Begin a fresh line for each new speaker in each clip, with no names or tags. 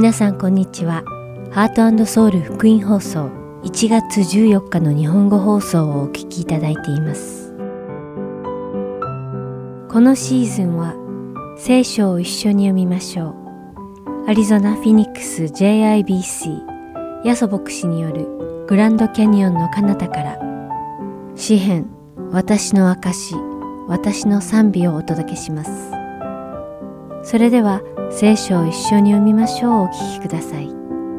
皆さんこんにちは。ハート&ソウル福音放送1月14日の日本語放送をお聞きいただいています。このシーズンは聖書を一緒に読みましょう。アリゾナ・フィニックス JIBC ヤソ牧師によるグランドキャニオンの彼方から詩編私の証、私の賛美をお届けします。それでは聖書を一緒に読みましょう。お聞きください。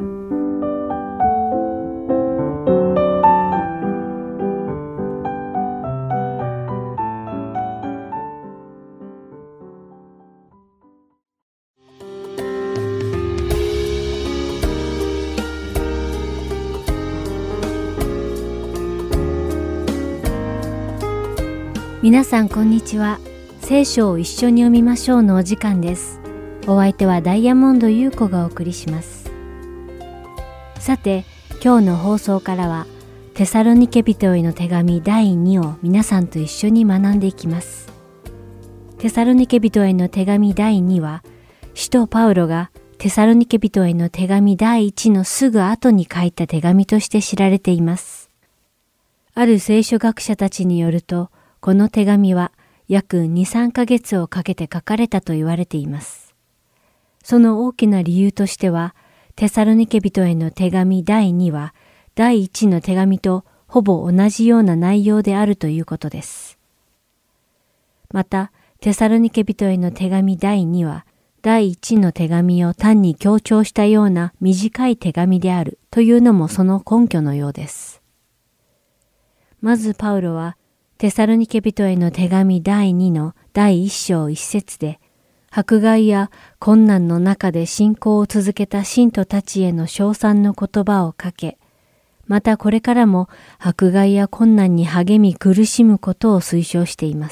皆さんこんにちは。聖書を一緒に読みましょうのお時間です。お相手はダイヤモンド優子がお送りします。さて、今日の放送からはテサロニケ人への手紙第2を皆さんと一緒に学んでいきます。テサロニケ人への手紙第2は、使徒パウロがテサロニケ人への手紙第1のすぐ後に書いた手紙として知られています。ある聖書学者たちによると、この手紙は約 2,3 ヶ月をかけて書かれたと言われています。その大きな理由としては、テサロニケ人への手紙第2は、第1の手紙とほぼ同じような内容であるということです。また、テサロニケ人への手紙第2は、第1の手紙を単に強調したような短い手紙であるというのもその根拠のようです。まずパウロは、テサロニケ人への手紙第2の第1章1節で、迫害や困難の中で信仰を続けた信徒たちへの称賛の言葉をかけ、またこれからも迫害や困難に励み苦しむことを推奨しています。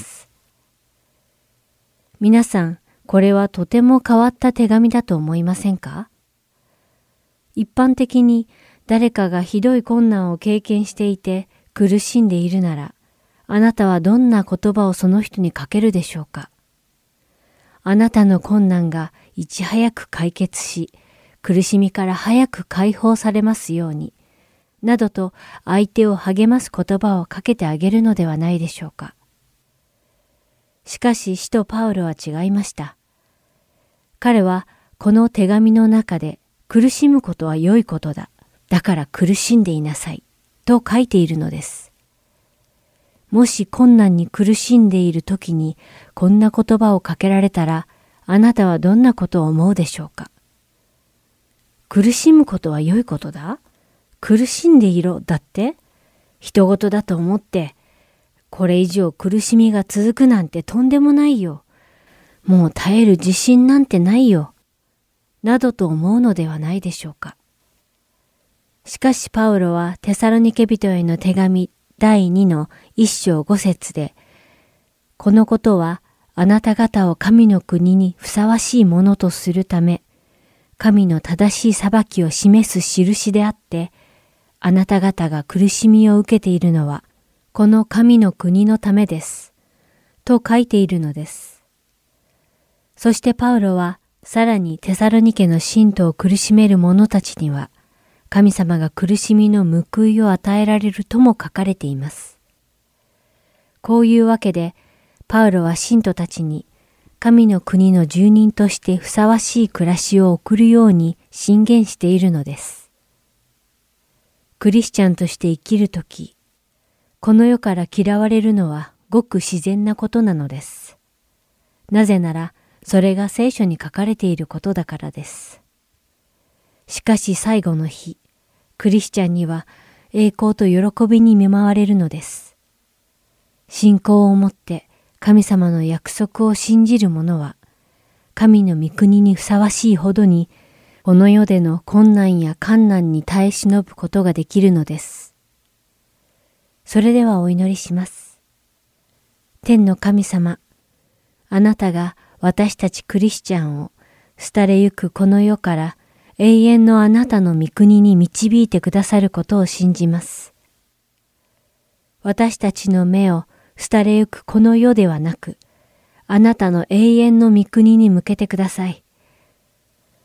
皆さん、これはとても変わった手紙だと思いませんか？一般的に誰かがひどい困難を経験していて苦しんでいるなら、あなたはどんな言葉をその人にかけるでしょうか？あなたの困難がいち早く解決し、苦しみから早く解放されますように、などと相手を励ます言葉をかけてあげるのではないでしょうか。しかし使徒パウロは違いました。彼はこの手紙の中で苦しむことは良いことだ。だから苦しんでいなさい。と書いているのです。もし困難に苦しんでいる時にこんな言葉をかけられたら、あなたはどんなことを思うでしょうか。苦しむことは良いことだ？苦しんでいろだって？人事だと思って、これ以上苦しみが続くなんてとんでもないよ。もう耐える自信なんてないよ。などと思うのではないでしょうか。しかしパウロはテサロニケ人への手紙第2の1章5節で、このことはあなた方を神の国にふさわしいものとするため、神の正しい裁きを示す印であって、あなた方が苦しみを受けているのは、この神の国のためです。と書いているのです。そしてパウロは、さらにテサロニケの信徒を苦しめる者たちには、神様が苦しみの報いを与えられるとも書かれています。こういうわけで、パウロは信徒たちに神の国の住人としてふさわしい暮らしを送るように進言しているのです。クリスチャンとして生きるとき、この世から嫌われるのはごく自然なことなのです。なぜなら、それが聖書に書かれていることだからです。しかし最後の日、クリスチャンには栄光と喜びに見舞われるのです。信仰を持って神様の約束を信じる者は、神の御国にふさわしいほどに、この世での困難や患難に耐え忍ぶことができるのです。それではお祈りします。天の神様、あなたが私たちクリスチャンを廃れゆくこの世から永遠のあなたの御国に導いてくださることを信じます。私たちの目を廃れゆくこの世ではなく、あなたの永遠の御国に向けてください。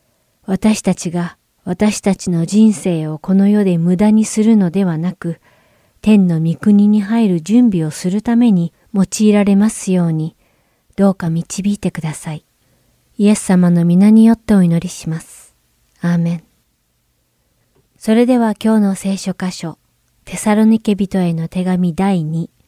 私たちが私たちの人生をこの世で無駄にするのではなく、天の御国に入る準備をするために用いられますように、どうか導いてください。イエス様の皆によってお祈りします。アーメン。それでは今日の聖書箇所、テサロニケ人への手紙第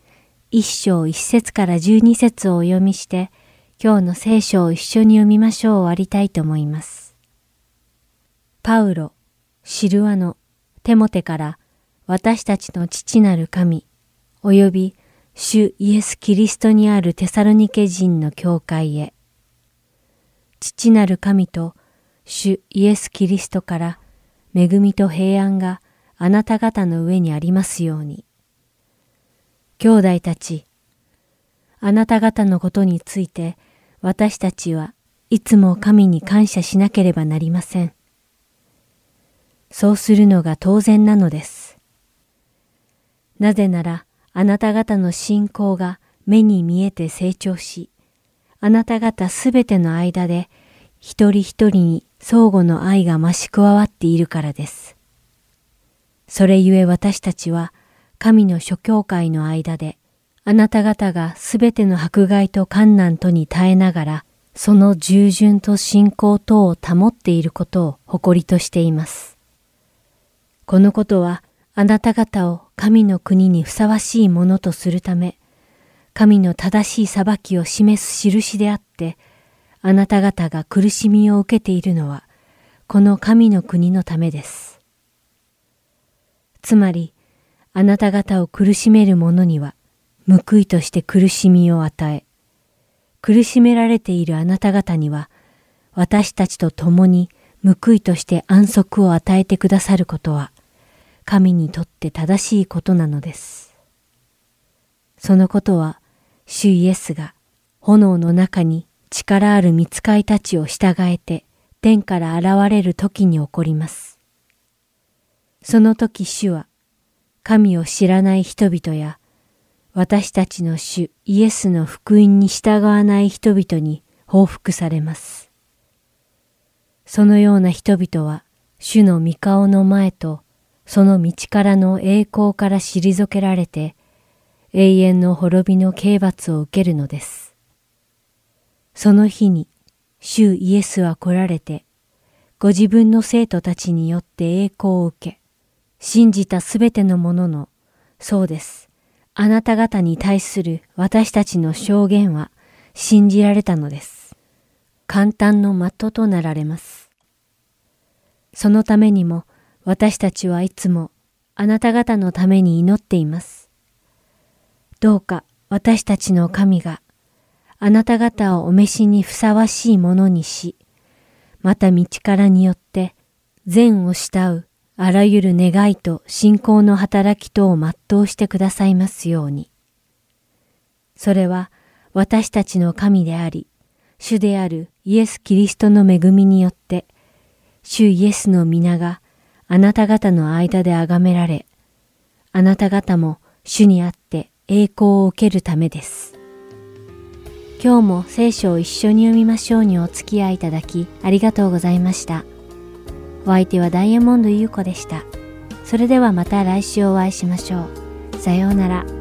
2、1章1節から12節をお読みして、今日の聖書を一緒に読みましょう終わりたいと思います。パウロ、シルワノ、テモテから私たちの父なる神、および主イエス・キリストにあるテサロニケ人の教会へ。父なる神と主イエス・キリストから恵みと平安があなた方の上にありますように。兄弟たち、あなた方のことについて私たちはいつも神に感謝しなければなりません。そうするのが当然なのです。なぜならあなた方の信仰が目に見えて成長し、あなた方すべての間で一人一人に相互の愛が増し加わっているからです。それゆえ私たちは神の諸教会の間であなた方がすべての迫害と困難とに耐えながらその従順と信仰等を保っていることを誇りとしています。このことはあなた方を神の国にふさわしいものとするため、神の正しい裁きを示す印であって、あなた方が苦しみを受けているのは、この神の国のためです。つまり、あなた方を苦しめる者には、報いとして苦しみを与え、苦しめられているあなた方には、私たちと共に報いとして安息を与えてくださることは、神にとって正しいことなのです。そのことは、主イエスが炎の中に力ある御使いたちを従えて天から現れる時に起こります。その時主は、神を知らない人々や、私たちの主イエスの福音に従わない人々に報復されます。そのような人々は、主の御顔の前と、その道からの栄光から退けられて、永遠の滅びの刑罰を受けるのです。その日に、主イエスは来られて、ご自分の生徒たちによって栄光を受け、信じたすべてのものの、そうです。あなた方に対する私たちの証言は信じられたのです。簡単の的となられます。そのためにも、私たちはいつもあなた方のために祈っています。どうか私たちの神があなた方をお召しにふさわしいものにし、また道からによって善を慕うあらゆる願いと信仰の働きとを全うしてくださいますように。それは私たちの神であり、主であるイエス・キリストの恵みによって、主イエスの皆があなた方の間で崇められ、あなた方も主にあって栄光を受けるためです。今日も聖書を一緒に読みましょうにお付き合いいただきありがとうございました。お相手はダイヤモンド優子でした。それではまた来週お会いしましょう。さようなら。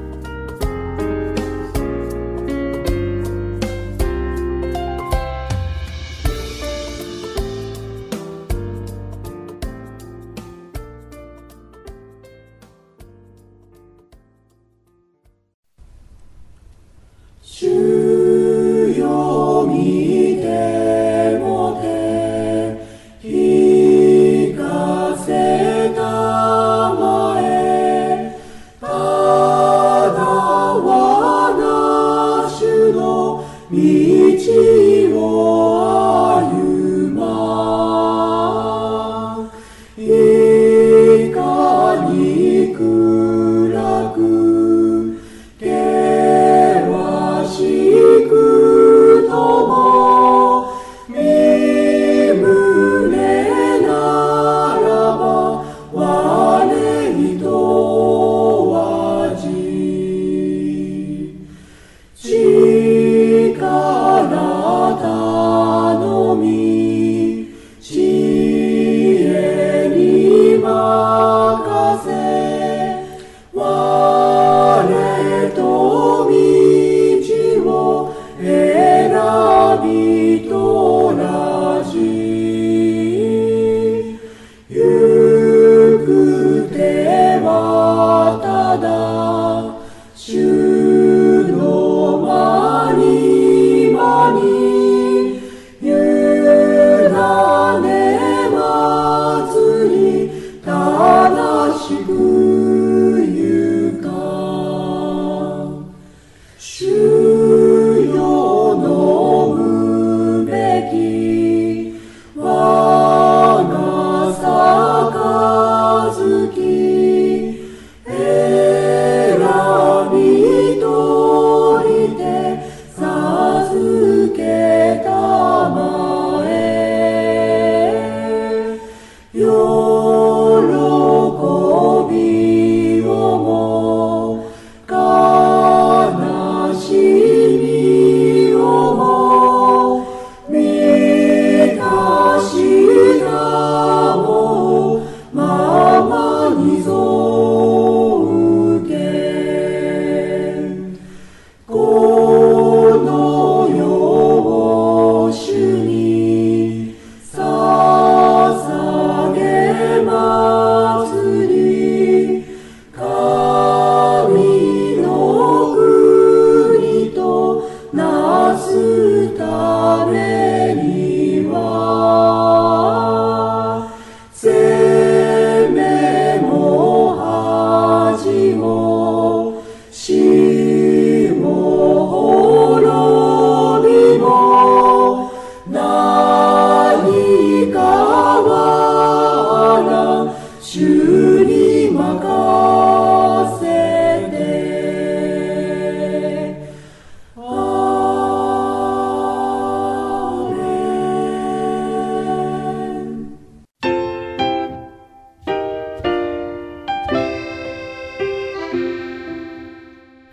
力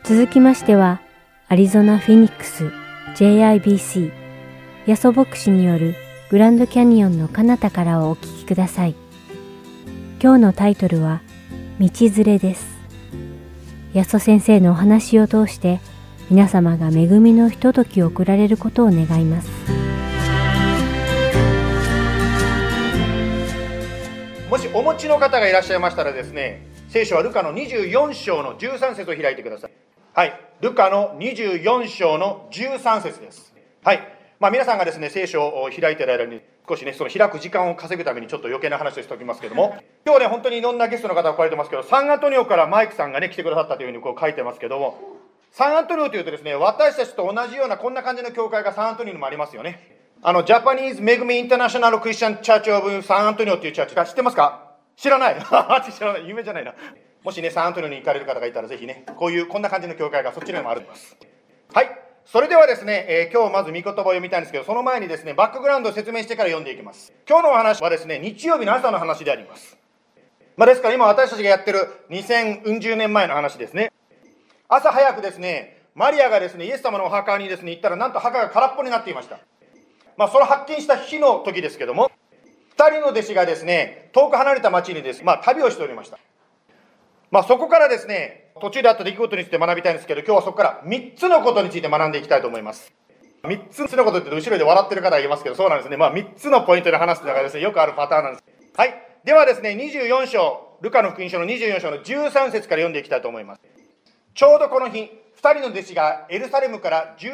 続きましては、アリゾナ・フィニックス JIBC ヤソ牧師によるグランドキャニオンの彼方からをお聞きください。今日のタイトルは道連れです。ヤソ先生のお話を通して皆様が恵みのひとときを送られることを願います。
もしお持ちの方がいらっしゃいましたらですね、聖書はルカの24章の13節を開いてください。はい、ルカの24章の13節です。はい、皆さんがですね、聖書を開いている間に少しね、その開く時間を稼ぐためにちょっと余計な話をしておきますけども、今日ね、本当にいろんなゲストの方が来られてますけど、サンアントニオからマイクさんがね、来てくださったというふうにこう書いてますけども、サンアントニオというとですね、私たちと同じようなこんな感じの教会がサンアントニオにもありますよね。ジャパニーズ・メグミ・インターナショナル・クリスチャン・チャーチ・オブ・サンアントニオというチャーチが知ってますか？知らない知らない。有名じゃないな。もしね、サンアントニオに行かれる方がいたらぜひね、こんな感じの教会がそっちにもあるんです。はい。それではですね、今日まず御言葉を読みたいんですけど、その前にですね、バックグラウンドを説明してから読んでいきます。今日のお話はですね、日曜日の朝の話であります。ですから今私たちがやってる2010年前の話ですね。朝早くですね、マリアがですね、イエス様のお墓にですね、行ったら、なんと墓が空っぽになっていました。それを発見した日の時ですけども、2人の弟子がですね、遠く離れた町にですね、旅をしておりました。そこからですね、途中であった出来事について学びたいんですけど、今日はそこから3つのことについて学んでいきたいと思います。3つのことって言うと後ろで笑ってる方がいますけど、そうなんですね。3つのポイントで話すのがですね、よくあるパターンなんです。はい。ではですね、24章、ルカの福音書の24章の13節から読んでいきたいと思います。ちょうどこの日、2人の弟子がエルサレムから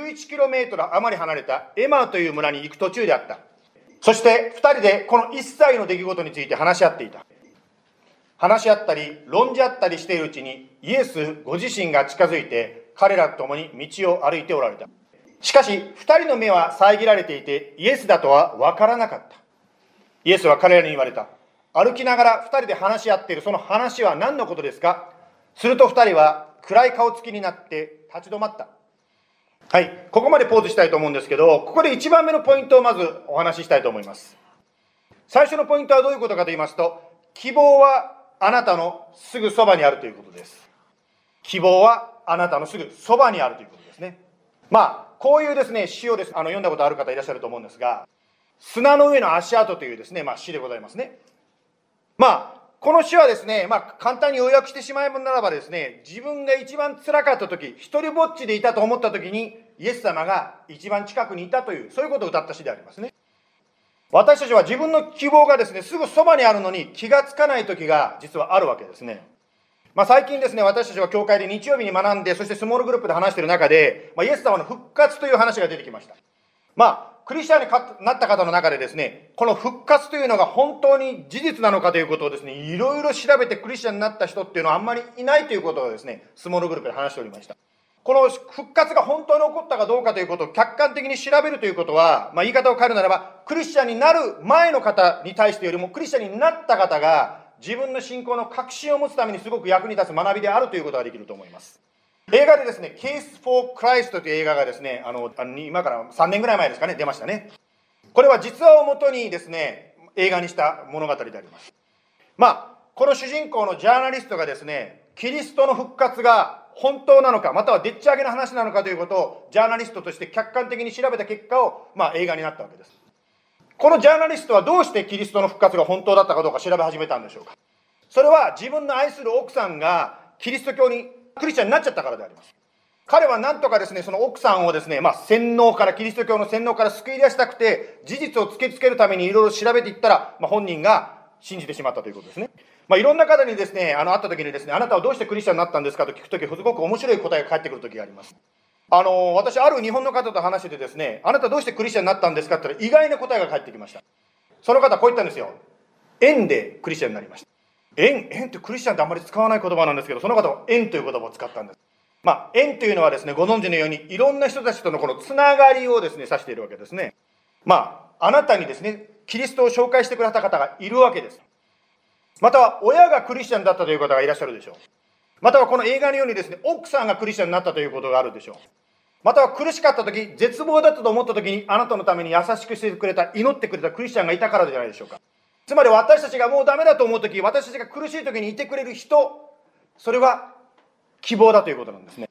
11km 余り離れたエマーという村に行く途中であった。そして2人でこの一切の出来事について話し合っていた。話し合ったり論じ合ったりしているうちに、イエスご自身が近づいて彼らと共に道を歩いておられた。しかし2人の目は遮られていて、イエスだとは分からなかった。イエスは彼らに言われた。歩きながら2人で話し合っているその話は何のことですか？すると2人は暗い顔つきになって立ち止まった。はい、ここまでポーズしたいと思うんですけど、ここで1番目のポイントをまずお話ししたいと思います。最初のポイントはどういうことかと言いますと、希望はあなたのすぐそばにあるということです。希望はあなたのすぐそばにあるということですね。こういうですね、詩をです、読んだことある方いらっしゃると思うんですが、砂の上の足跡というですね、詩でございますね。この詩はですね、簡単に要約してしまえばならばですね、自分が一番辛かった時、一人ぼっちでいたと思った時に、イエス様が一番近くにいたという、そういうことを歌った詩でありますね。私たちは自分の希望がですね、すぐそばにあるのに気がつかない時が実はあるわけですね。最近ですね、私たちは教会で日曜日に学んで、そしてスモールグループで話している中で、イエス様の復活という話が出てきました。クリスチャンになった方の中でですね、この復活というのが本当に事実なのかということをですね、いろいろ調べてクリスチャンになった人っていうのはあんまりいないということをですね、スモールグループで話しておりました。この復活が本当に起こったかどうかということを客観的に調べるということは、言い方を変えるならば、クリスチャンになる前の方に対してよりも、クリスチャンになった方が自分の信仰の確信を持つためにすごく役に立つ学びであるということができると思います。映画でですね、Case for Christ という映画がですね、今から3年ぐらい前ですかね、出ましたね。これは実話をもとにですね、映画にした物語であります。この主人公のジャーナリストがですね、キリストの復活が本当なのか、またはでっち上げの話なのかということを、ジャーナリストとして客観的に調べた結果を、映画になったわけです。このジャーナリストはどうしてキリストの復活が本当だったかどうか調べ始めたんでしょうか。それは自分の愛する奥さんがキリスト教にクリスチャンになっちゃったからであります。彼は何とかですね、その奥さんをですね、洗脳から、キリスト教の洗脳から救い出したくて、事実を突きつけるためにいろいろ調べていったら、本人が信じてしまったということですね。いろんな方にですね、会った時にですね、あなたはどうしてクリスチャンになったんですかと聞くとき、すごく面白い答えが返ってくる時があります。私、ある日本の方と話しててですね、あなたどうしてクリスチャンになったんですかって言ったら、意外な答えが返ってきました。その方、こう言ったんですよ。縁でクリスチャンになりました。縁ってクリスチャンってあんまり使わない言葉なんですけど、その方は縁という言葉を使ったんです。縁というのはですね、ご存知のように、いろんな人たちとのこのつながりをですね、指しているわけですね。あなたにですね、キリストを紹介してくれた方がいるわけです。または、親がクリスチャンだったという方がいらっしゃるでしょう。または、この映画のようにですね、奥さんがクリスチャンになったということがあるでしょう。または、苦しかった時、絶望だったと思った時に、あなたのために優しくしてくれた、祈ってくれたクリスチャンがいたからじゃないでしょうか。つまり私たちがもうダメだと思う時、私たちが苦しい時にいてくれる人、それは希望だということなんですね。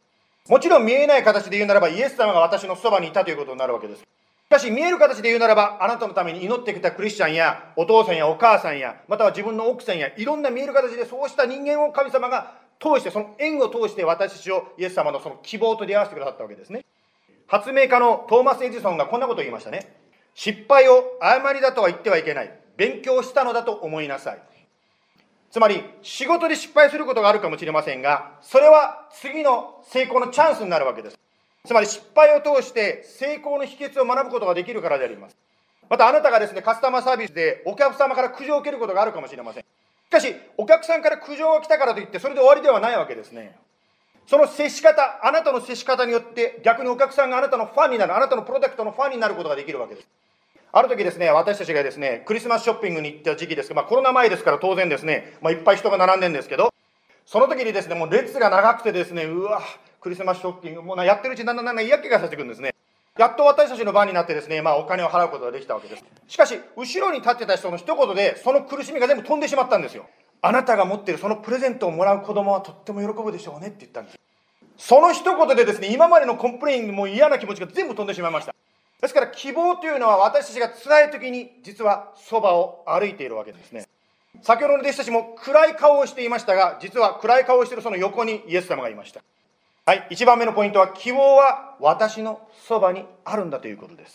もちろん見えない形で言うならば、イエス様が私のそばにいたということになるわけです。しかし見える形で言うならば、あなたのために祈ってきたクリスチャンやお父さんやお母さんや、または自分の奥さんや、いろんな見える形でそうした人間を神様が通して、その縁を通して私たちをイエス様のその希望と出会わせてくださったわけですね。発明家のトーマス・エジソンがこんなことを言いましたね。失敗を誤りだとは言ってはいけない。勉強したのだと思いなさい。つまり仕事で失敗することがあるかもしれませんが、それは次の成功のチャンスになるわけです。つまり失敗を通して成功の秘訣を学ぶことができるからであります。またあなたがですね、カスタマーサービスでお客様から苦情を受けることがあるかもしれません。しかしお客さんから苦情が来たからといってそれで終わりではないわけですね。その接し方、あなたの接し方によって逆にお客さんがあなたのファンになる、あなたのプロダクトのファンになることができるわけです。ある時ですね、私たちがですね、クリスマスショッピングに行った時期ですけど、コロナ前ですから当然ですね、いっぱい人が並んでるんですけど、その時にですね、もう列が長くてですね、うわ、クリスマスショッピング、もうやってるうちにだんだん嫌気がさせてくるんですね。やっと私たちの番になってですね、お金を払うことができたわけです。しかし、後ろに立ってた人の一言で、その苦しみが全部飛んでしまったんですよ。あなたが持っているそのプレゼントをもらう子供はとっても喜ぶでしょうねって言ったんです。その一言でですね、今までのコンプレインも嫌な気持ちが全部飛んでしまいました。ですから希望というのは私たちが辛い時に実はそばを歩いているわけですね。先ほどの弟子たちも暗い顔をしていましたが、実は暗い顔をしているその横にイエス様がいました。はい、1番目のポイントは、希望は私のそばにあるんだということです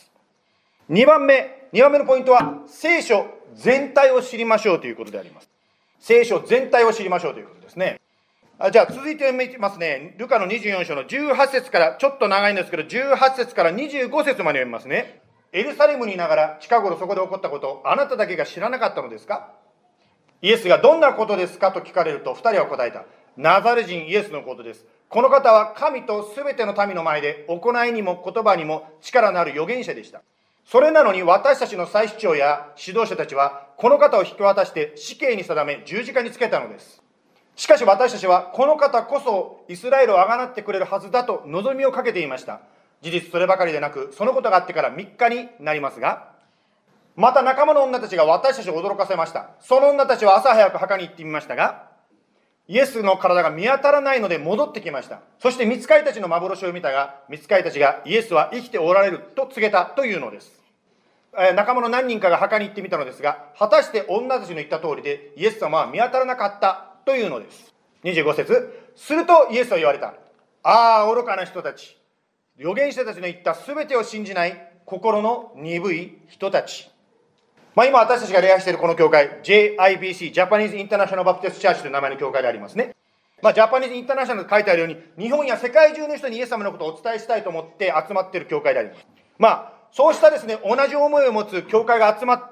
。2番目のポイントは、聖書全体を知りましょうということであります。聖書全体を知りましょうということですね。じゃあ続いて見ますね。ルカの24章の18節から、ちょっと長いんですけど、18節から25節まで読みますね。エルサレムにいながら近頃そこで起こったことをあなただけが知らなかったのですか？イエスがどんなことですかと聞かれると、2人は答えた。ナザレ人イエスのことです。この方は神とすべての民の前で行いにも言葉にも力のある預言者でした。それなのに私たちの祭司長や指導者たちはこの方を引き渡して死刑に定め十字架につけたのです。しかし私たちはこの方こそイスラエルをあがなってくれるはずだと望みをかけていました。事実そればかりでなく、そのことがあってから3日になりますが、また仲間の女たちが私たちを驚かせました。その女たちは朝早く墓に行ってみましたが、イエスの体が見当たらないので戻ってきました。そして御使いたちの幻を見たが、御使いたちがイエスは生きておられると告げたというのです。仲間の何人かが墓に行ってみたのですが、果たして女たちの言った通りでイエス様は見当たらなかったというのです。25節、するとイエスは言われた。ああ、愚かな人たち。預言者たちの言ったすべてを信じない心の鈍い人たち。今私たちが礼拝しているこの教会、JIBC、ジャパニーズ・インターナショナル・バプテスト・チャーチという名前の教会でありますね。ジャパニーズ・インターナショナルと書いてあるように、日本や世界中の人にイエス様のことをお伝えしたいと思って集まっている教会であります。そうしたですね、同じ思いを持つ教会が集まって、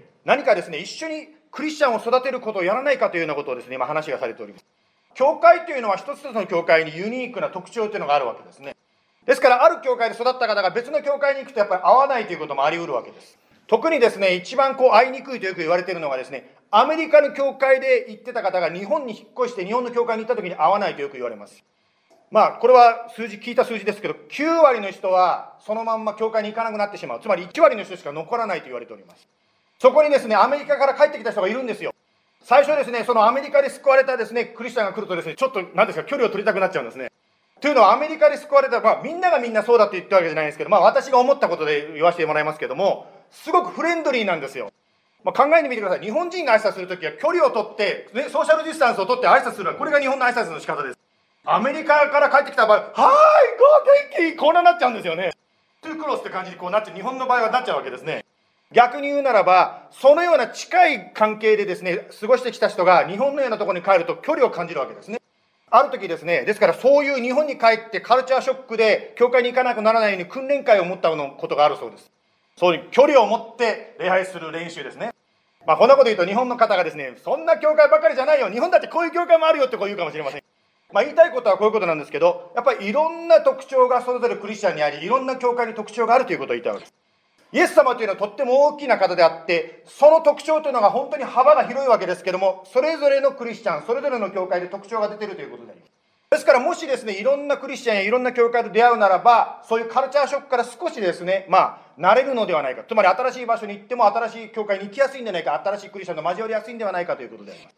何かですね、一緒にクリスチャンを育てることをやらないかというようなことをですね、今話がされております。教会というのは一つ一つの教会にユニークな特徴というのがあるわけですね。ですから、ある教会で育った方が別の教会に行くとやっぱり合わないということもあり得るわけです。特にですね、一番会いにくいとよく言われているのがですね、アメリカの教会で行ってた方が日本に引っ越して日本の教会に行った時に合わないとよく言われます。これは聞いた数字ですけど、9割の人はそのまんま教会に行かなくなってしまう。つまり1割の人しか残らないと言われております。そこにですね、アメリカから帰ってきた人がいるんですよ。最初ですね、そのアメリカで救われたですね、クリスチャンが来るとですね、ちょっと何ですか、距離を取りたくなっちゃうんですね。というのはアメリカで救われた、みんながみんなそうだって言ったわけじゃないんですけど、私が思ったことで言わせてもらいますけども、すごくフレンドリーなんですよ。考えてみてください。日本人が挨拶するときは距離を取って、ソーシャルディスタンスを取って挨拶するのは、これが日本の挨拶の仕方です。アメリカから帰ってきた場合、はーい、元気、こんなになっちゃうんですよね。トゥークロスって感じになっちゃう、日本の場合はなっちゃうわけですね。逆に言うならば、そのような近い関係でですね、過ごしてきた人が日本のようなところに帰ると距離を感じるわけですね。ある時ですね、ですからそういう日本に帰ってカルチャーショックで教会に行かなくならないように訓練会を持ったことがあるそうです。そういう距離を持って礼拝する練習ですね。こんなこと言うと日本の方がですね、そんな教会ばかりじゃないよ、日本だってこういう教会もあるよって言うかもしれません。言いたいことはこういうことなんですけど、やっぱりいろんな特徴がそれぞれクリスチャンにあり、いろんな教会に特徴があるということを言いたいわけです。イエス様というのはとっても大きな方であって、その特徴というのが本当に幅が広いわけですけども、それぞれのクリスチャン、それぞれの教会で特徴が出ているということであります。ですからもしですね、いろんなクリスチャンやいろんな教会と出会うならば、そういうカルチャーショックから少しですね、慣れるのではないか。つまり新しい場所に行っても新しい教会に行きやすいんじゃないか、新しいクリスチャンと交わりやすいんではないかということであります。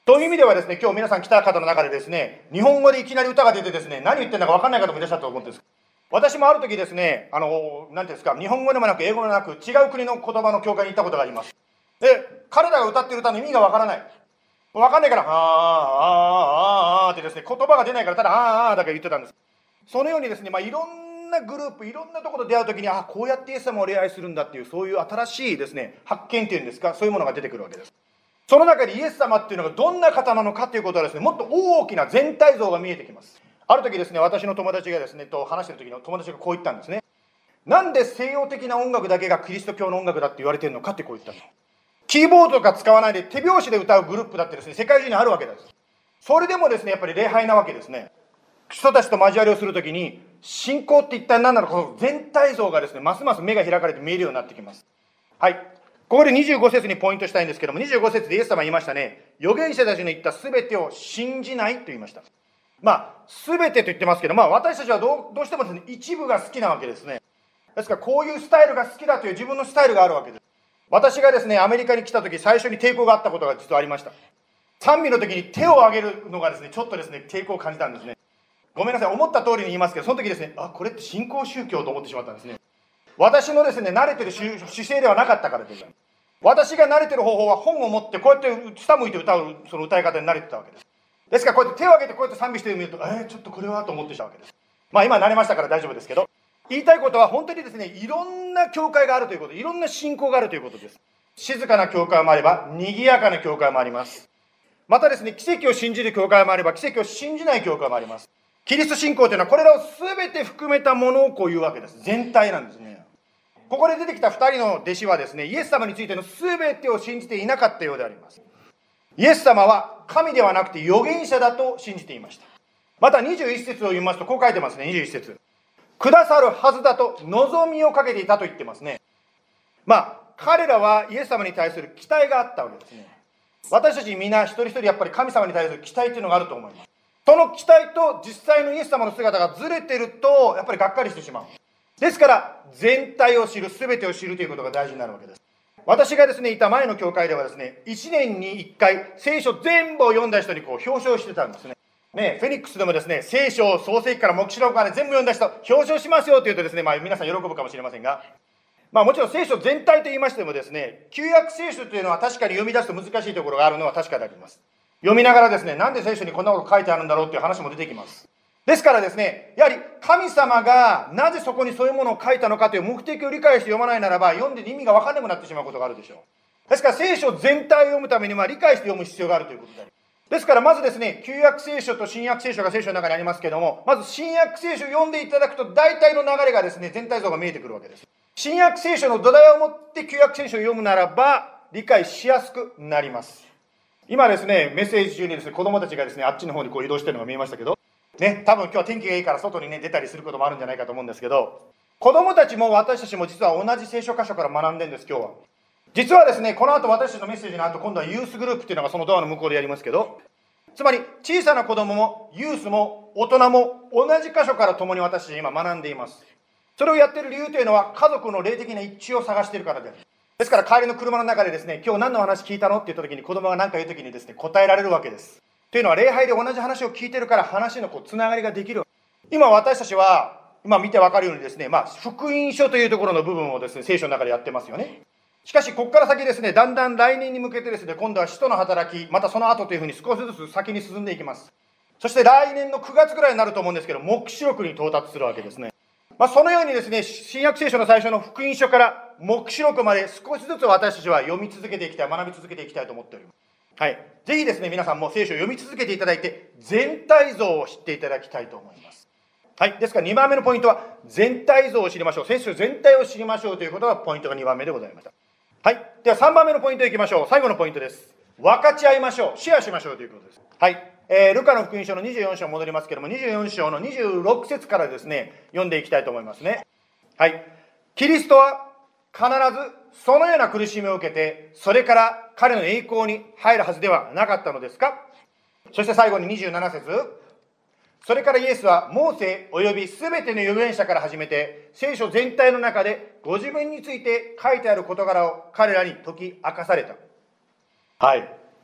という意味ではですね、今日皆さん来た方の中でですね、日本語でいきなり歌が出てですね、何言ってるのか分かんない方もいらっしゃると思うんです。私もある時ですね、なんていうんですか、日本語でもなく英語でもなく違う国の言葉の教会に行ったことがあります。で、彼らが歌っている歌の意味が分からない。分かんないから、あーってですね、言葉が出ないからただあーだけ言ってたんです。そのようにですね、いろんなグループ、いろんなところと出会う時に、こうやってイエス様を礼拝するんだっていう、そういう新しいですね、発見っていうんですか、そういうものが出てくるわけです。その中でイエス様っていうのがどんな方なのかということはですね、もっと大きな全体像が見えてきます。ある時ですね、私の友達がですね、話してる時の友達がこう言ったんですね。なんで西洋的な音楽だけがキリスト教の音楽だって言われてるのかってこう言ったの。キーボードとか使わないで手拍子で歌うグループだってですね、世界中にあるわけです。それでもですね、やっぱり礼拝なわけですね。人たちと交わりをするときに、信仰って一体何なのか、この全体像がですね、ますます目が開かれて見えるようになってきます。はい。ここで25節にポイントしたいんですけども、25節でイエス様は言いましたね。預言者たちの言った全てを信じないと言いました。全てと言ってますけど、私たちはどうしてもですね、一部が好きなわけですね。ですからこういうスタイルが好きだという自分のスタイルがあるわけです。私がですね、アメリカに来た時、最初に抵抗があったことが実はありました。賛美の時に手を挙げるのがですね、ちょっとですね、抵抗を感じたんですね。ごめんなさい、思った通りに言いますけど、その時ですね、これって新興宗教と思ってしまったんですね。私のですね、慣れてる姿勢ではなかったからです。私が慣れてる方法は本を持ってこうやって下向いて歌う、その歌い方に慣れてたわけです。ですからこうやって手を挙げてこうやって賛美してみると、ちょっとこれはと思ってしたわけです。今慣れましたから大丈夫ですけど、言いたいことは本当にですね、いろんな教会があるということ、いろんな信仰があるということです。静かな教会もあれば、賑やかな教会もあります。またですね、奇跡を信じる教会もあれば、奇跡を信じない教会もあります。キリスト信仰というのはこれらを全て含めたものをこういうわけです。全体なんですね。ここで出てきた2人の弟子はですね、イエス様についての全てを信じていなかったようであります。イエス様は神ではなくて預言者だと信じていました。また21節を読みますとこう書いてますね。21節。くださるはずだと望みをかけていたと言ってますね。彼らはイエス様に対する期待があったわけですね。私たちみんな一人一人やっぱり神様に対する期待というのがあると思います。その期待と実際のイエス様の姿がずれてるとやっぱりがっかりしてしまう。ですから全体を知る、全てを知るということが大事になるわけです。私がですねいた前の教会ではですね、1年に1回聖書全部を読んだ人にこう表彰してたんですね。フェニックスでもですね、聖書を創世記から黙示録まで全部読んだ人表彰しますよというとですね、皆さん喜ぶかもしれませんが、もちろん聖書全体と言いましてもですね、旧約聖書というのは確かに読み出すと難しいところがあるのは確かであります。読みながらですね、なんで聖書にこんなこと書いてあるんだろうという話も出てきます。ですからですね、やはり神様がなぜそこにそういうものを書いたのかという目的を理解して読まないならば、読んで意味が分からなくなってしまうことがあるでしょう。ですから聖書全体を読むためには理解して読む必要があるということであります。ですからまずですね、旧約聖書と新約聖書が聖書の中にありますけども、まず新約聖書を読んでいただくと大体の流れがですね、全体像が見えてくるわけです。新約聖書の土台を持って旧約聖書を読むならば理解しやすくなります。今ですね、メッセージ中にですね、子供たちがですね、あっちの方にこう移動してるのが見えましたけど、多分今日は天気がいいから外にね、出たりすることもあるんじゃないかと思うんですけど、子供たちも私たちも実は同じ聖書箇所から学んでるんです、今日は。実はですね、この後私たちのメッセージの後、今度はユースグループっていうのがそのドアの向こうでやりますけど、つまり小さな子供もユースも大人も同じ箇所から共に私たち今学んでいます。それをやっている理由というのは家族の霊的な一致を探しているからです。ですから帰りの車の中でですね、今日何の話聞いたのって言った時に子供が何か言う時にですね、答えられるわけです。というのは礼拝で同じ話を聞いてるから話のつながりができる。今私たちは今見て分かるようにですね、福音書というところの部分をですね、聖書の中でやってますよね。しかしここから先ですね、だんだん来年に向けてですね、今度は使徒の働き、またその後というふうに少しずつ先に進んでいきます。そして来年の9月ぐらいになると思うんですけど、黙示録に到達するわけですね。そのようにですね、新約聖書の最初の福音書から黙示録まで少しずつ私たちは読み続けていきたい、学び続けていきたいと思っております。はい。ぜひですね、皆さんも聖書を読み続けていただいて、全体像を知っていただきたいと思います。はい。ですから2番目のポイントは、全体像を知りましょう。聖書全体を知りましょうということがポイントが2番目でございました。はい。では3番目のポイントいきましょう。最後のポイントです。分かち合いましょう。シェアしましょうということです。はい。ルカの福音書の24章戻りますけれども、24章の26節からですね、読んでいきたいと思いますね。はい。キリストは必ずそのような苦しみを受けて、それから彼の栄光に入るはずではなかったのですか。そして最後に27節。それからイエスはモーセおよびすべての預言者から始めて、聖書全体の中でご自分について書いてある事柄を彼らに解き明かされた。はい。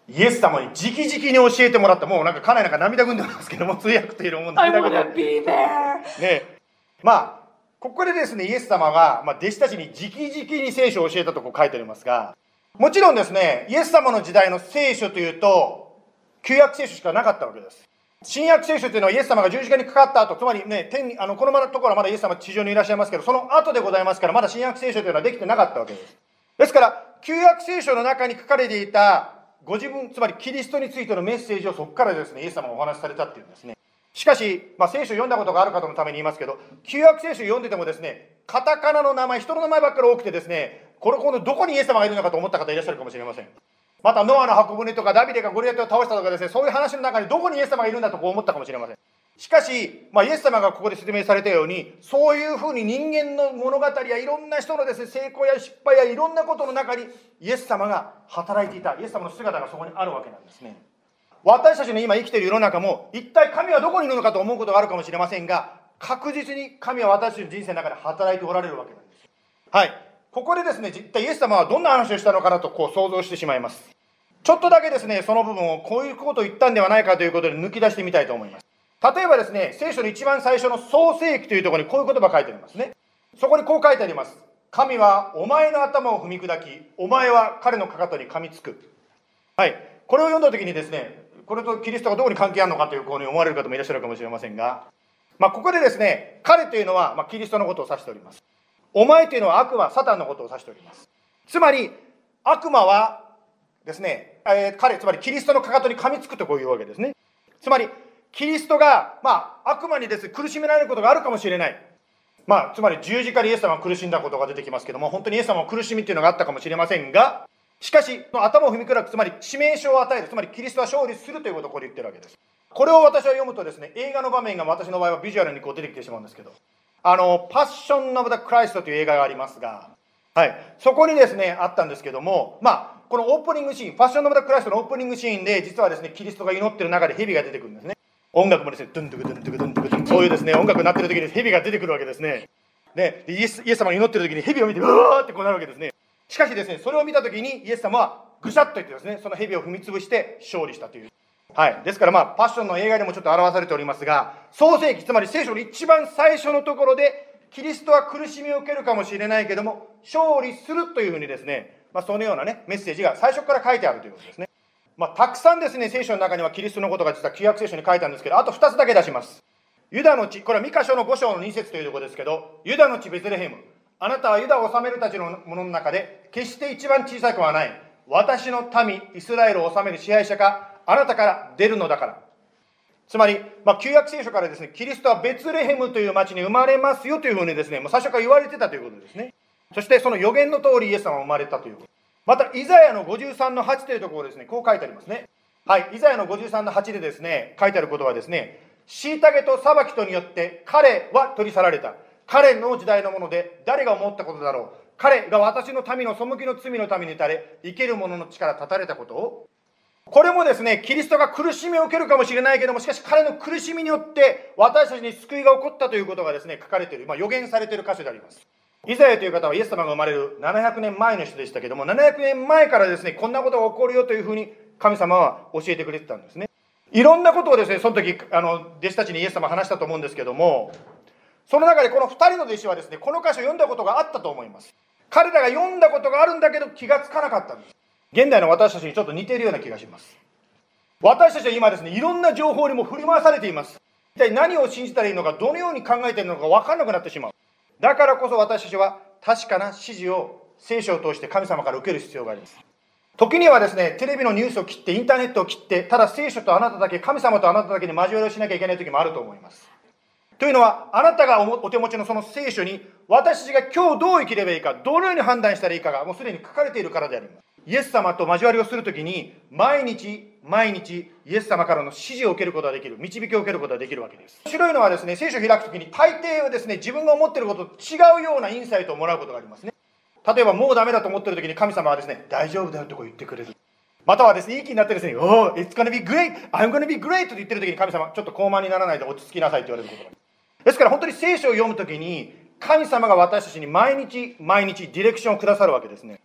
イエス様に直々に教えてもらった。もうなんか家内なんか涙ぐんでますけども、通訳というのも涙ぐんでます。ね、まあここでですね、イエス様が、弟子たちに直々に聖書を教えたとこう書いてありますが、もちろんですね、イエス様の時代の聖書というと旧約聖書しかなかったわけです。新約聖書というのはイエス様が十字架にかかった後、つまりね、天にこのところはまだイエス様は地上にいらっしゃいますけど、その後でございますから、まだ新約聖書というのはできてなかったわけです。ですから旧約聖書の中に書かれていたご自分、つまりキリストについてのメッセージをそこからですね、イエス様がお話しされたっていうんですね。しかし、聖書を読んだことがある方のために言いますけど、旧約聖書を読んでてもですね、カタカナの名前、人の名前ばっかり多くてですね、このどこにイエス様がいるのかと思った方いらっしゃるかもしれません。またノアの箱舟とかダビデがゴリアテを倒したとかですね、そういう話の中にどこにイエス様がいるんだとこう思ったかもしれません。しかし、イエス様がここで説明されたように、そういうふうに人間の物語やいろんな人のですね、成功や失敗やいろんなことの中にイエス様が働いていた、イエス様の姿がそこにあるわけなんですね。私たちの今生きている世の中も、一体神はどこにいるのかと思うことがあるかもしれませんが、確実に神は私たちの人生の中で働いておられるわけなんです。はい。ここでですね、一体イエス様はどんな話をしたのかなとこう想像してしまいます。ちょっとだけですね、その部分をこういうことを言ったんではないかということで抜き出してみたいと思います。例えばですね、聖書の一番最初の創世記というところにこういう言葉が書いてありますね。そこにこう書いてあります。神はお前の頭を踏み砕き、お前は彼のかかとに噛みつく。はい。これを読んだ時にですね、これとキリストがどこに関係あるのかというふうに思われる方もいらっしゃるかもしれませんが、ここでですね、彼というのは、キリストのことを指しております。お前というのは悪魔、サタンのことを指しております。つまり、悪魔はですね、彼、つまりキリストのかかとに噛みつくとこういうわけですね。つまり、キリストが、悪魔にですね、苦しめられることがあるかもしれない。つまり十字架でイエス様が苦しんだことが出てきますけども、本当にイエス様の苦しみっていうのがあったかもしれませんが、しかし、頭を踏み砕く、つまり致命傷を与える、つまりキリストは勝利するということをここで言ってるわけです。これを私は読むとですね、映画の場面が私の場合はビジュアルにこう出てきてしまうんですけど、パッション・オブ・ザ・クライストという映画がありますが、はい、そこにですね、あったんですけども、このオープニングシーン、パッション・オブ・ザ・クライストのオープニングシーンで、実はですね、キリストが祈ってる中で蛇が出てくるんですね。音楽もですね、ドゥンドゥクドゥンドゥクドゥンドゥクドゥン、そういうですね、音楽になってる時に蛇が出てくるわけですね。で、イエス様が祈ってる時に蛇を見て、うわーってこうなるわけですね。しかしですね、それを見た時にイエス様はぐしゃっと言ってですね、その蛇を踏み潰して勝利したという。はい。ですからパッションの映画でもちょっと表されておりますが、創世記、つまり聖書の一番最初のところで、キリストは苦しみを受けるかもしれないけども、勝利するというふうにですね、そのようなね、メッセージが最初から書いてあるということですね。たくさんですね、聖書の中にはキリストのことが実は旧約聖書に書いてあるんですけど、あと2つだけ出します。ユダの地、これはミカ書の5章の2節というところですけど、ユダの地ベツレヘム、あなたはユダを治めるたちのものの中で、決して一番小さくはない。私の民、イスラエルを治める支配者があなたから出るのだから。つまり、旧約聖書からですね、キリストはベツレヘムという町に生まれますよというふうにですね、最初から言われてたということですね。そしてその予言の通りイエス様は生まれたということ。また、イザヤの53の8というところですね、こう書いてありますね。はい、イザヤの53の8でですね、書いてあることはですね、虐げと裁きとによって彼は取り去られた。彼の時代のもので誰が思ったことだろう。彼が私の民の背きの罪のために打たれ、生ける者の力断たれたことを。これもですね、キリストが苦しみを受けるかもしれないけども、しかし彼の苦しみによって私たちに救いが起こったということがですね、書かれている、予言されている箇所であります。イザヤという方はイエス様が生まれる700年前の人でしたけども、700年前からですね、こんなことが起こるよというふうに神様は教えてくれてたんですね。いろんなことをですね、その時弟子たちにイエス様は話したと思うんですけども、その中でこの2人の弟子はですね、この箇所を読んだことがあったと思います。彼らが読んだことがあるんだけど気がつかなかったんです。現代の私たちにちょっと似ているような気がします。私たちは今ですね、いろんな情報にも振り回されています。一体何を信じたらいいのか、どのように考えているのか分からなくなってしまう。だからこそ私たちは確かな指示を聖書を通して神様から受ける必要があります。時にはですね、テレビのニュースを切って、インターネットを切って、ただ聖書とあなただけ、神様とあなただけに交わりをしなきゃいけない時もあると思います。というのは、あなたがお手持ちのその聖書に、私たちが今日どう生きればいいか、どのように判断したらいいかがもうすでに書かれているからであります。イエス様と交わりをするときに、毎日イエス様からの指示を受けることができる、導きを受けることができるわけです。面白いのはですね、聖書を開くときに大抵はですね、自分が思っていることと違うようなインサイトをもらうことがありますね。例えばもうダメだと思っているときに神様はですね、大丈夫だよと言ってくれる。またはですね、いい気になってですね、Oh, it's gonna be great, I'm gonna be great と言ってるときに神様、ちょっと高慢にならないで落ち着きなさいと言われることがある。ですから本当に聖書を読むときに、神様が私たちに毎日ディレクションをくださるわけですね。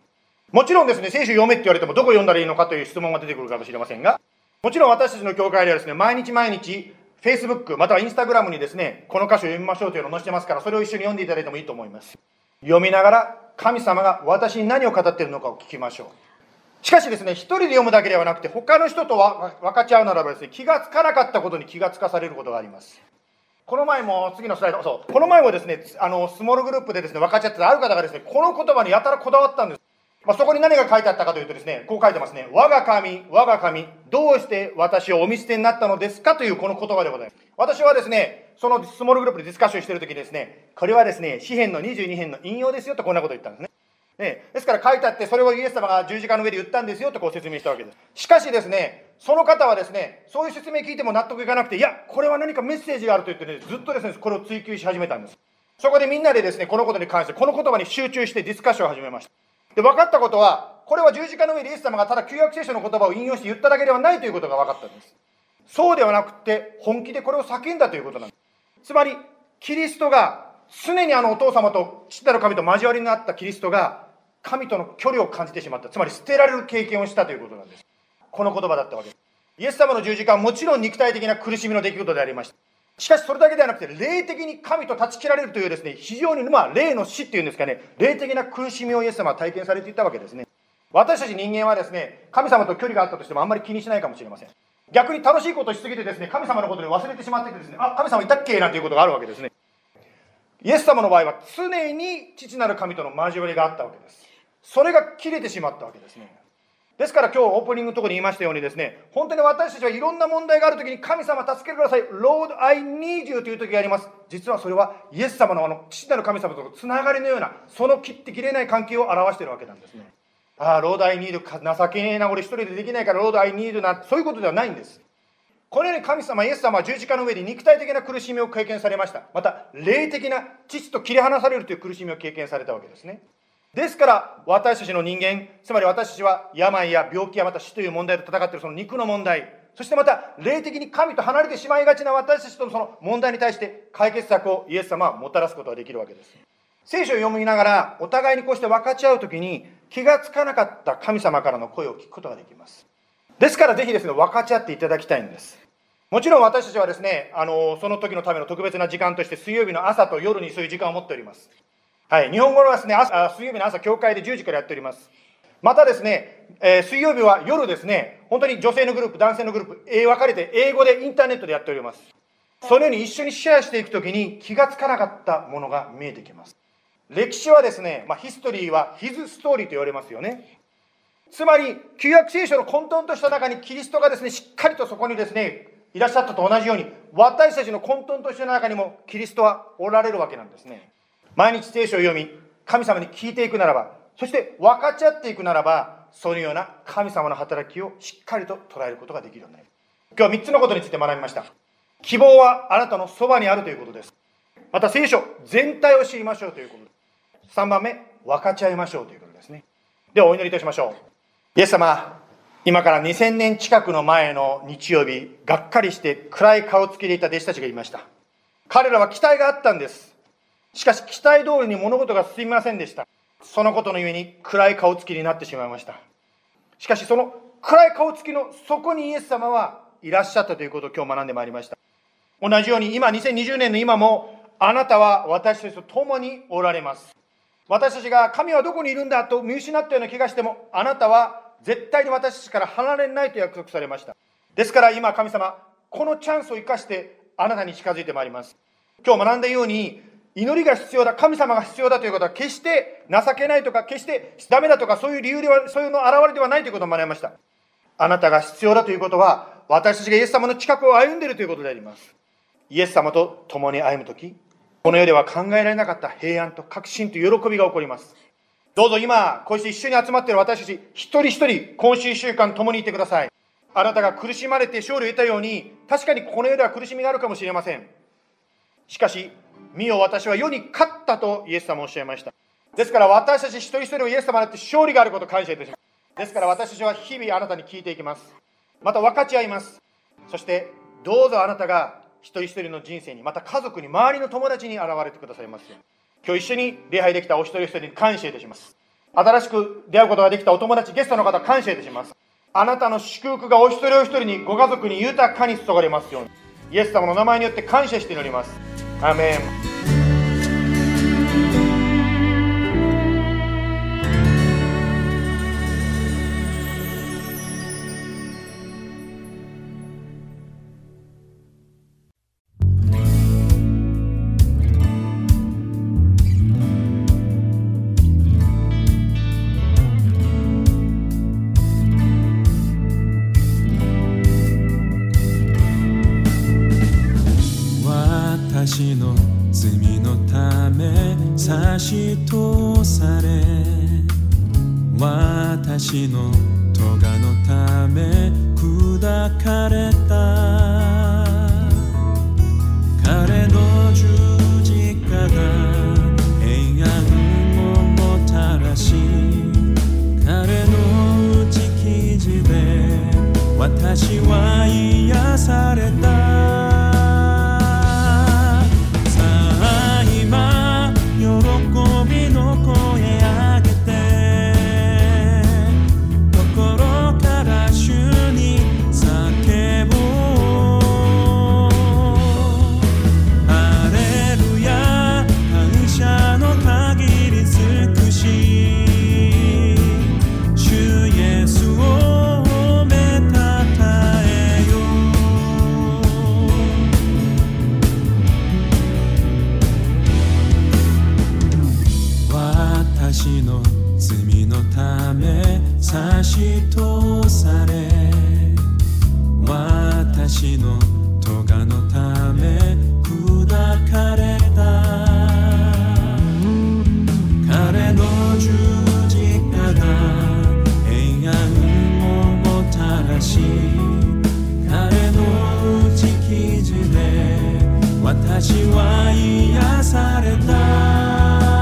もちろんですね、聖書読めって言われてもどこ読んだらいいのかという質問が出てくるかもしれませんが、もちろん私たちの教会ではですね、毎日毎日、Facebook または Instagram にですね、この箇所を読みましょうというのを載せてますから、それを一緒に読んでいただいてもいいと思います。読みながら、神様が私に何を語っているのかを聞きましょう。しかしですね、一人で読むだけではなくて、他の人と分かち合うならばですね、気がつかなかったことに気がつかされることがあります。この前も、次のスライド、この前もですね、スモールグループでですね、分かち合ってたある方がですね、この言葉にやたらこだわったんです。そこに何が書いてあったかというとですね、こう書いてますね。我が神、我が神、どうして私をお見捨てになったのですかというこの言葉でございます。私はですね、そのスモールグループでディスカッションしているときにですね、これはですね、詩編の22編の引用ですよとこんなことを言ったんですね。ですから書いてあって、それをイエス様が十字架の上で言ったんですよとこう説明したわけです。しかしですね、その方はですね、そういう説明聞いても納得いかなくて、いや、これは何かメッセージがあると言ってね、ずっとですね、これを追求し始めたんです。そこでみんなでですね、このことに関して、この言葉に集中してディスカッションを始めました。で、分かったことは、これは十字架の上でイエス様がただ旧約聖書の言葉を引用して言っただけではないということが分かったんです。そうではなくて、本気でこれを叫んだということなんです。つまり、キリストが、常にお父様と父なる神と交わりになったキリストが、神との距離を感じてしまった。つまり捨てられる経験をしたということなんです。この言葉だったわけです。イエス様の十字架はもちろん肉体的な苦しみの出来事でありました。しかしそれだけではなくて、霊的に神と断ち切られるというですね、非常に霊の死っていうんですかね、霊的な苦しみをイエス様は体験されていたわけですね。私たち人間はですね、神様と距離があったとしてもあんまり気にしないかもしれません。逆に楽しいことをしすぎてですね、神様のことで忘れてしまっていてですね、あ、神様いたっけなんていうことがあるわけですね。イエス様の場合は常に父なる神との交わりがあったわけです。それが切れてしまったわけですね。ですから今日オープニングのところに言いましたようにですね、本当に私たちはいろんな問題があるときに神様助けてください、Lord I need you という時があります。実はそれはイエス様の父なる神様とのつながりのような、その切って切れない関係を表しているわけなんですね。Lord I need you、情けねえな、俺一人でできないから Lord I need you な、そういうことではないんです。このように神様、イエス様は十字架の上で肉体的な苦しみを経験されました。また、霊的な父と切り離されるという苦しみを経験されたわけですね。ですから、私たちの人間、つまり私たちは病や病気やまた死という問題と戦っているその肉の問題、そしてまた、霊的に神と離れてしまいがちな私たちとのその問題に対して解決策をイエス様はもたらすことができるわけです。聖書を読みながら、お互いにこうして分かち合うときに、気がつかなかった神様からの声を聞くことができます。ですから、ぜひですね、分かち合っていただきたいんです。もちろん私たちはですね、その時のための特別な時間として水曜日の朝と夜にそういう時間を持っております。はい、日本語はですね、水曜日の朝、教会で10時からやっております。またですね、水曜日は夜ですね、本当に女性のグループ、男性のグループ、分かれて英語でインターネットでやっております。そのように一緒にシェアしていくときに気がつかなかったものが見えてきます。歴史はですね、ヒストリーはヒズストーリーと言われますよね。つまり、旧約聖書の混沌とした中にキリストがですね、しっかりとそこにですね、いらっしゃったと同じように、私たちの混沌とした中にもキリストはおられるわけなんですね。毎日聖書を読み、神様に聞いていくならば、そして分かち合っていくならば、そのような神様の働きをしっかりと捉えることができるようになる。今日は3つのことについて学びました。希望はあなたのそばにあるということです。また聖書全体を知りましょうということです。3番目、分かち合いましょうということですね。ではお祈りいたしましょう。イエス様、今から2000年近くの前の日曜日、がっかりして暗い顔つきでいた弟子たちがいました。彼らは期待があったんです。しかし期待通りに物事が進みませんでした。そのことのゆえに暗い顔つきになってしまいました。しかしその暗い顔つきの底にイエス様はいらっしゃったということを今日学んでまいりました。同じように今2020年の今もあなたは私たちと共におられます。私たちが神はどこにいるんだと見失ったような気がしても、あなたは絶対に私たちから離れないと約束されました。ですから今神様、このチャンスを生かしてあなたに近づいてまいります。今日学んだように、祈りが必要だ、神様が必要だということは決して情けないとか、決してダメだとか、そういう理由では、そういうの表れではないということを学びました。あなたが必要だということは、私たちがイエス様の近くを歩んでいるということであります。イエス様と共に歩むとき、この世では考えられなかった平安と確信と喜びが起こります。どうぞ今、こうして一緒に集まっている私たち、一人一人、今週1週間共にいてください。あなたが苦しまれて勝利を得たように、確かにこの世では苦しみがあるかもしれません。しかし、見よ私は世に勝ったとイエス様おっしゃいました。ですから私たち一人一人をイエス様によって勝利があることを感謝いたします。ですから私たちは日々あなたに聞いていきます。また分かち合います。そしてどうぞあなたが一人一人の人生に、また家族に、周りの友達に現れてくださいますように。今日一緒に礼拝できたお一人一人に感謝いたします。 新しく出会うことができたお友達、ゲストの方、感謝いたします。あなたの祝福がお一人お一人に、ご家族に豊かに注がれますように。イエス様の名前によって感謝して祈ります。アーメン。
私の罪のため差し通され、私の咎のため砕かれた。彼の十字架が平安をもたらし、彼の打ち傷で私は癒された。私の罪のため差し通され、私の咎のため砕かれた。彼の十字架が平安をもたらし、彼の打ち傷で私は癒された。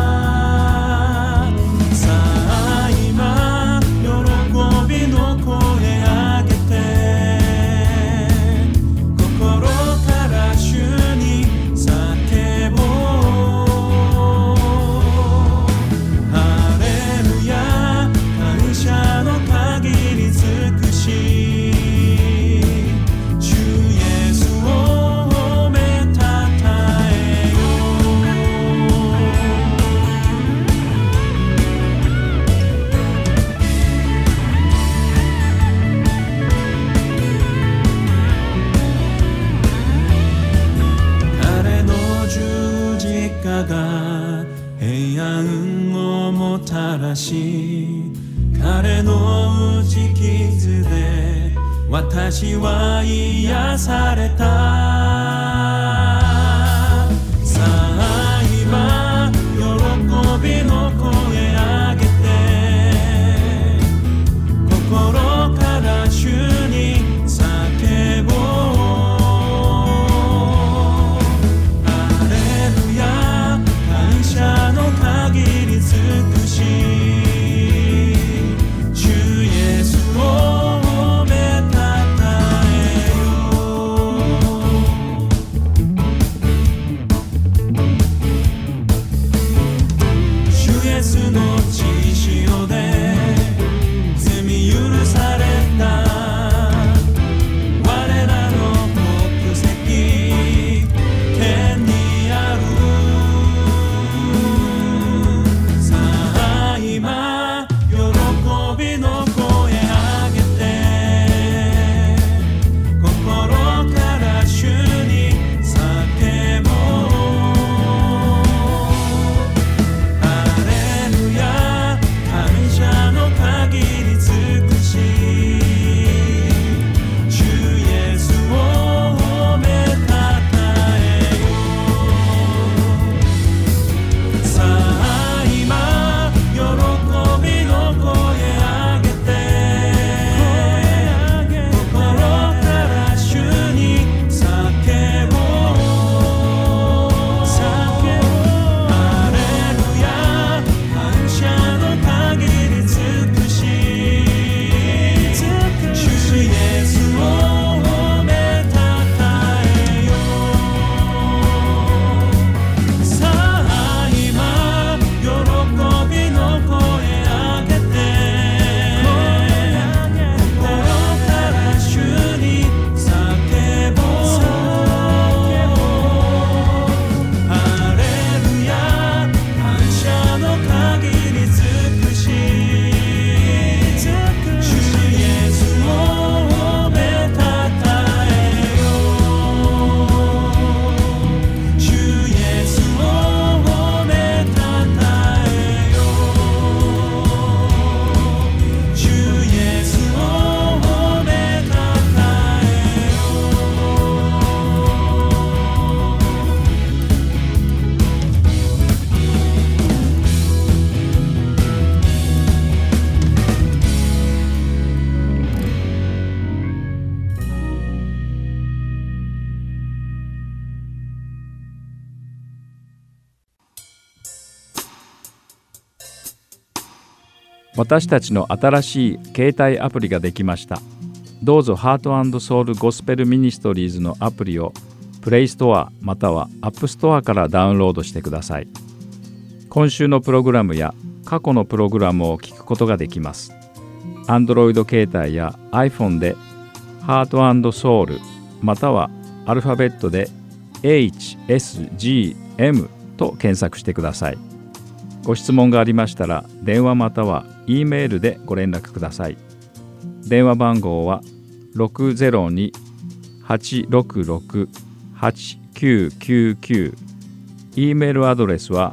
彼の打ち傷で私は癒された。さあ今喜びの声上げて、心から主に叫ぼう。ハレルヤ、感謝の限り尽くし、主イエスを褒めたたえよう。
私たちの新しい携帯アプリができました。どうぞハート&ソウルゴスペルミニストリーズのアプリをプレイストアまたはアップストアからダウンロードしてください。今週のプログラムや過去のプログラムを聞くことができます。Android 携帯や iPhone でハート&ソウルまたはアルファベットで HSGM と検索してください。ご質問がありましたら電話または E メールでご連絡ください。電話番号は 602-866-8999 E メールアドレスは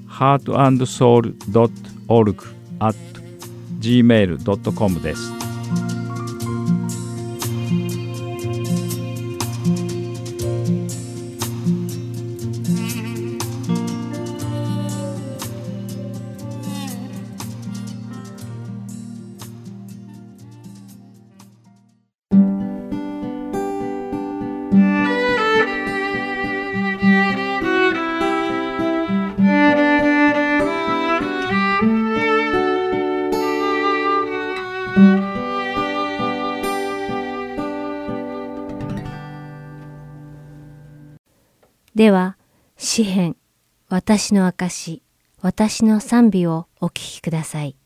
heartandsoul.org@gmail.com です。
では、詩編、私の証、私の賛美をお聞きください。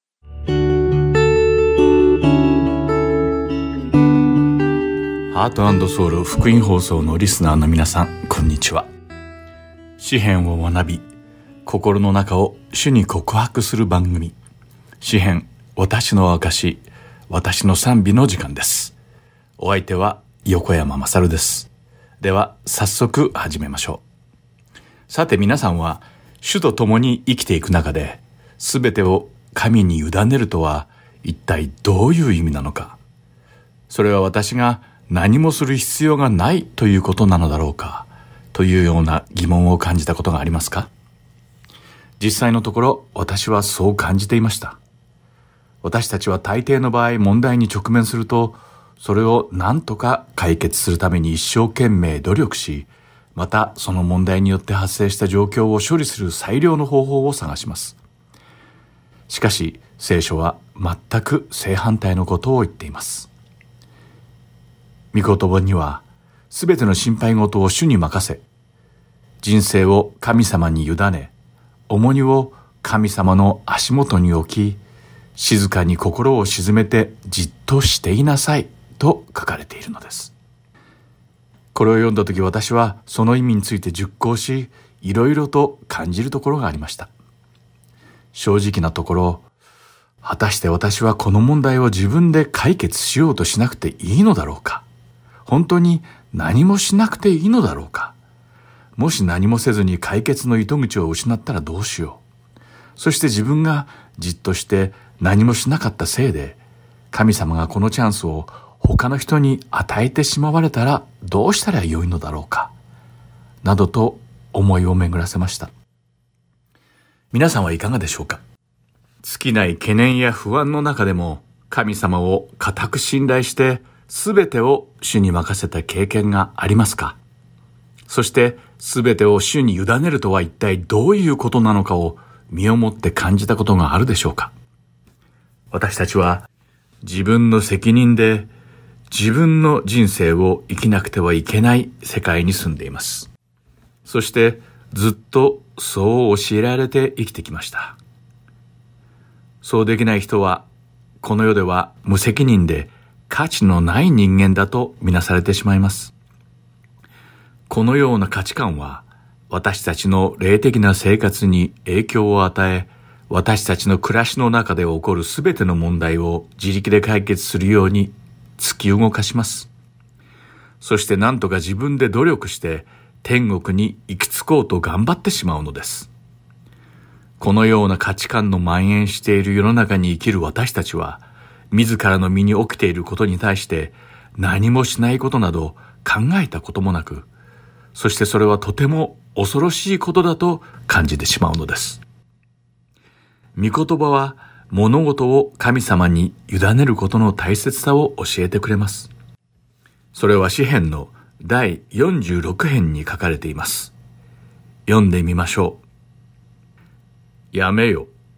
ハート&ソウル福音放送のリスナーの皆さん、こんにちは。詩編を学び、心の中を主に告白する番組、詩編、私の証、私の賛美の時間です。お相手は横山まさるです。では早速始めましょう。さて皆さんは主と共に生きていく中で全てを神に委ねるとは一体どういう意味なのか。それは私が何もする必要がないということなのだろうかというような疑問を感じたことがありますか？実際のところ私はそう感じていました。私たちは大抵の場合問題に直面するとそれを何とか解決するために一生懸命努力し、またその問題によって発生した状況を処理する最良の方法を探します。しかし聖書は全く正反対のことを言っています。御言葉にはすべての心配事を主に任せ、人生を神様に委ね、重荷を神様の足元に置き、静かに心を静めてじっとしていなさいと書かれているのです。これを読んだとき私はその意味について熟考し、いろいろと感じるところがありました。正直なところ、果たして私はこの問題を自分で解決しようとしなくていいのだろうか。本当に何もしなくていいのだろうか。もし何もせずに解決の糸口を失ったらどうしよう。そして自分がじっとして何もしなかったせいで、神様がこのチャンスを他の人に与えてしまわれたらどうしたらよいのだろうか、などと思いを巡らせました。皆さんはいかがでしょうか？尽きない懸念や不安の中でも神様を固く信頼して全てを主に任せた経験がありますか？そして全てを主に委ねるとは一体どういうことなのかを身をもって感じたことがあるでしょうか？私たちは自分の責任で自分の人生を生きなくてはいけない世界に住んでいます。そしてずっとそう教えられて生きてきました。そうできない人はこの世では無責任で価値のない人間だとみなされてしまいます。このような価値観は私たちの霊的な生活に影響を与え、私たちの暮らしの中で起こるすべての問題を自力で解決するように突き動かします。そして何とか自分で努力して天国に行き着こうと頑張ってしまうのです。このような価値観の蔓延している世の中に生きる私たちは、自らの身に起きていることに対して何もしないことなど考えたこともなく、そしてそれはとても恐ろしいことだと感じてしまうのです。御言葉は物事を神様に委ねることの大切さを教えてくれます。それは詩編の第46編に書かれています。読んでみましょう。やめよ。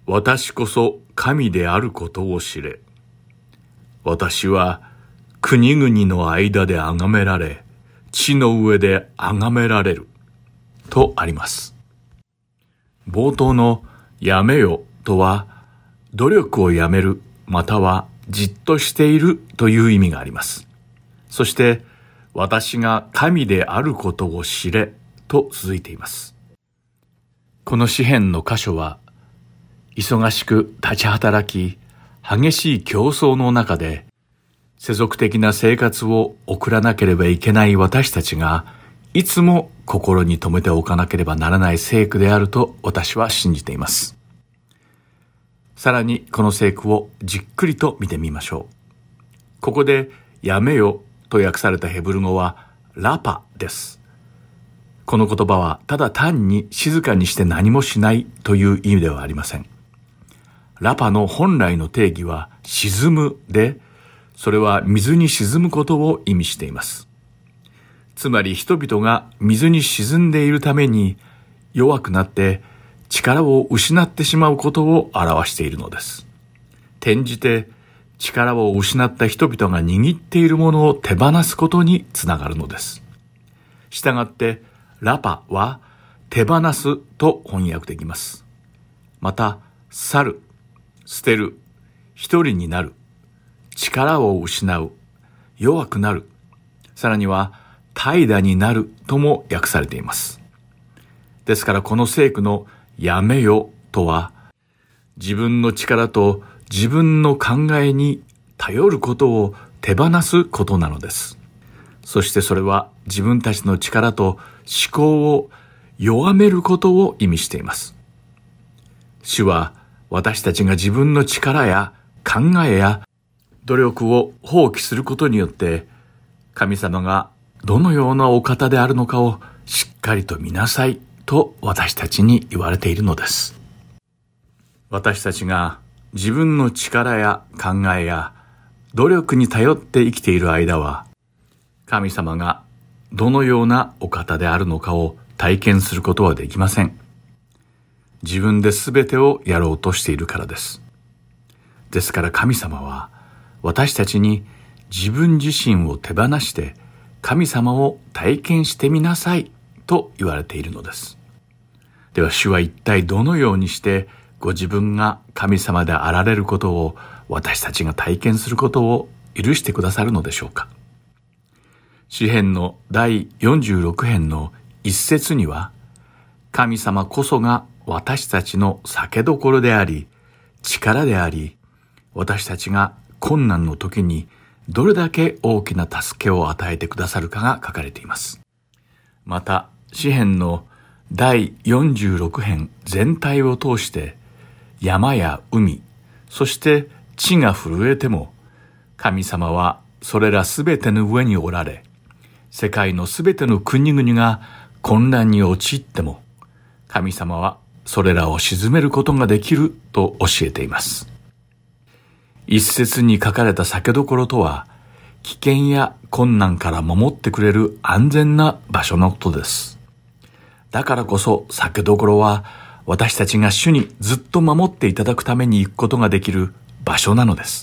私こそ神であることを知れ。私は国々の間で崇められ、地の上で崇められる。とあります。冒頭のやめよとは、努力をやめる、またはじっとしているという意味があります。そして、私が神であることを知れと続いています。この詩篇の箇所は、忙しく立ち働き、激しい競争の中で、世俗的な生活を送らなければいけない私たちが、いつも心に留めておかなければならない聖句であると私は信じています。さらにこの聖句をじっくりと見てみましょう。ここでやめよと訳されたヘブル語はラパです。この言葉はただ単に静かにして何もしないという意味ではありません。ラパの本来の定義は沈むで、それは水に沈むことを意味しています。つまり人々が水に沈んでいるために弱くなって力を失ってしまうことを表しているのです。転じて力を失った人々が握っているものを手放すことにつながるのです。したがってラパは手放すと翻訳できます。また去る、捨てる、一人になる、力を失う、弱くなる、さらには怠惰になるとも訳されています。ですからこの聖句のやめよとは、自分の力と自分の考えに頼ることを手放すことなのです。そしてそれは自分たちの力と思考を弱めることを意味しています。主は私たちが自分の力や考えや努力を放棄することによって、神様がどのようなお方であるのかをしっかりと見なさいと私たちに言われているのです。私たちが自分の力や考えや努力に頼って生きている間は、神様がどのようなお方であるのかを体験することはできません。自分で全てをやろうとしているからです。ですから神様は私たちに自分自身を手放して神様を体験してみなさいと言われているのです。では主は一体どのようにしてご自分が神様であられることを私たちが体験することを許してくださるのでしょうか。詩編の第46編の一節には、神様こそが私たちの酒どころであり、力であり、私たちが困難の時にどれだけ大きな助けを与えてくださるかが書かれています。また、詩編の第46編全体を通して、山や海、そして地が震えても、神様はそれらすべての上におられ、世界のすべての国々が混乱に陥っても、神様はそれらを鎮めることができると教えています。一節に書かれた酒どころとは、危険や困難から守ってくれる安全な場所のことです。だからこそ酒どころは、私たちが主にずっと守っていただくために行くことができる場所なのです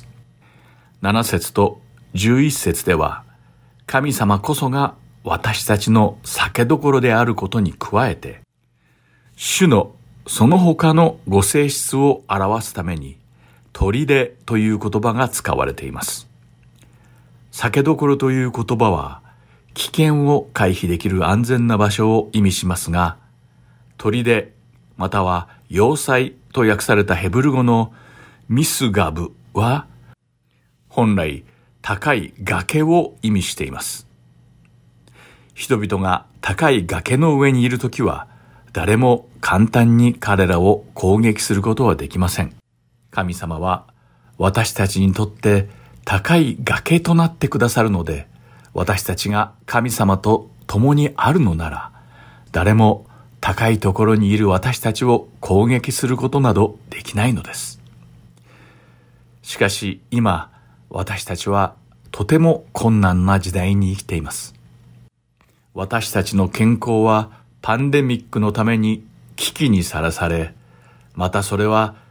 。7節と11節では、神様こそが私たちの酒どころであることに加えて、主のその他のご性質を表すために、砦という言葉が使われています。酒どころという言葉は、危険を回避できる安全な場所を意味しますが、砦または要塞と訳されたヘブル語のミスガブは、本来高い崖を意味しています。人々が高い崖の上にいるときは、誰も簡単に彼らを攻撃することはできません。神様は私たちにとって高い崖となってくださるので、私たちが神様と共にあるのなら、誰も高いところにいる私たちを攻撃することなどできないのです。しかし今、私たちはとても困難な時代に生きています。私たちの健康はパンデミックのために危機にさらされ、またそれは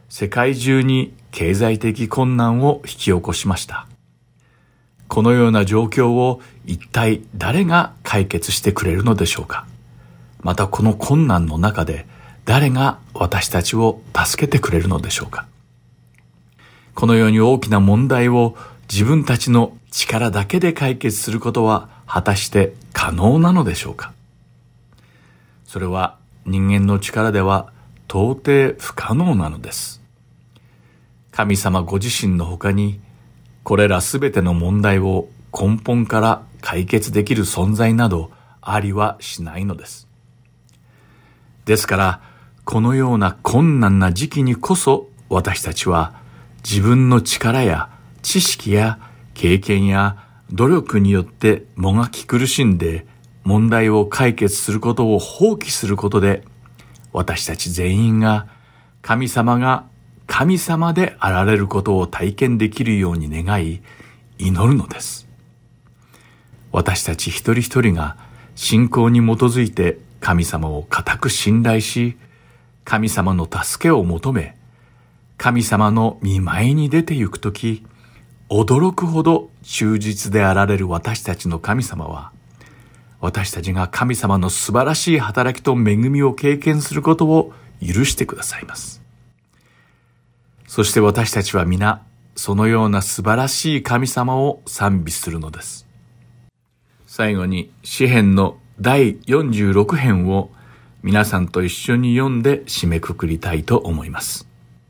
世界中に経済的困難を引き起こしました。このような状況を一体誰が解決してくれるのでしょうか。またこの困難の中で誰が私たちを助けてくれるのでしょうか。このように大きな問題を自分たちの力だけで解決することは果たして可能なのでしょうか。それは人間の力では到底不可能なのです。神様ご自身の他にこれらすべての問題を根本から解決できる存在などありはしないのです。ですからこのような困難な時期にこそ私たちは自分の力や知識や経験や努力によってもがき苦しんで問題を解決することを放棄することで、私たち全員が神様が神様であられることを体験できるように願い、祈るのです。私たち一人一人が信仰に基づいて神様を固く信頼し、神様の助けを求め、神様の御前に出て行くとき、驚くほど忠実であられる私たちの神様は、私たちが神様の素晴らしい働きと恵みを経験することを許してくださいます。そして私たちは皆、そのような素晴らしい神様を賛美するのです。最後に詩編の第46編を皆さんと一緒に読んで締めくくりたいと思います。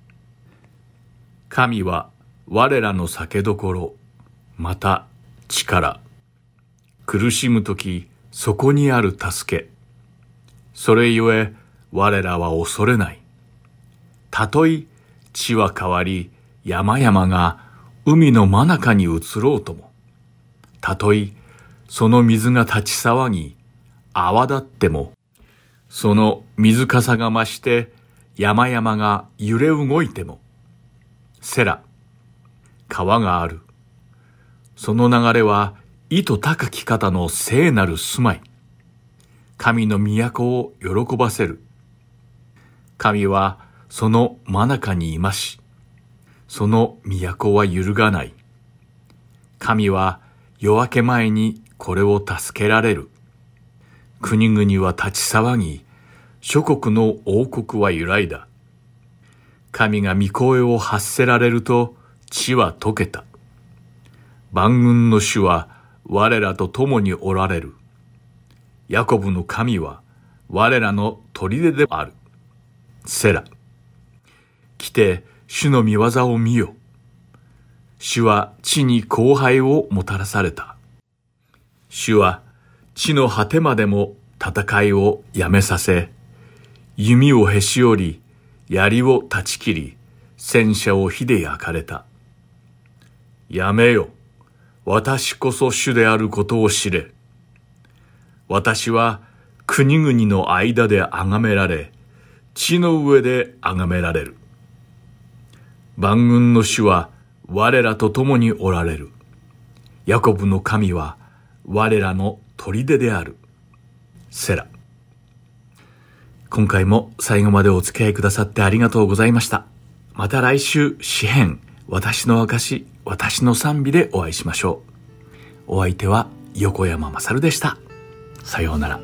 神は我らの酒どころ、また力。苦しむとき、そこにある助け。それゆえ、我らは恐れない。たとえ地は変わり、山々が海の真中に移ろうとも。たとえ、その水が立ち騒ぎ、泡立っても、その水かさが増して、山々が揺れ動いても。セラ、川がある。その流れは、意図高き方の聖なる住まい。神の都を喜ばせる。神はその真中にいまし、その都は揺るがない。神は夜明け前にこれを助けられる。国々は立ち騒ぎ、諸国の王国は揺らいだ。神が御声を発せられると地は溶けた。万軍の主は我らと共におられる。ヤコブの神は我らの砦である。セラ。来て主の御業を見よ。主は地に荒廃をもたらされた。主は地の果てまでも戦いをやめさせ、弓をへし折り、槍を断ち切り、戦車を火で焼かれた。やめよ。私こそ主であることを知れ。私は国々の間で崇められ、地の上で崇められる。万軍の主は我らと共におられる。ヤコブの神は我らの砦である。セラ。今回も最後までお付き合いくださってありがとうございました。また来週、詩編、私の証、私の賛美でお会いしましょう。お相手は横山まさるでした。さようなら。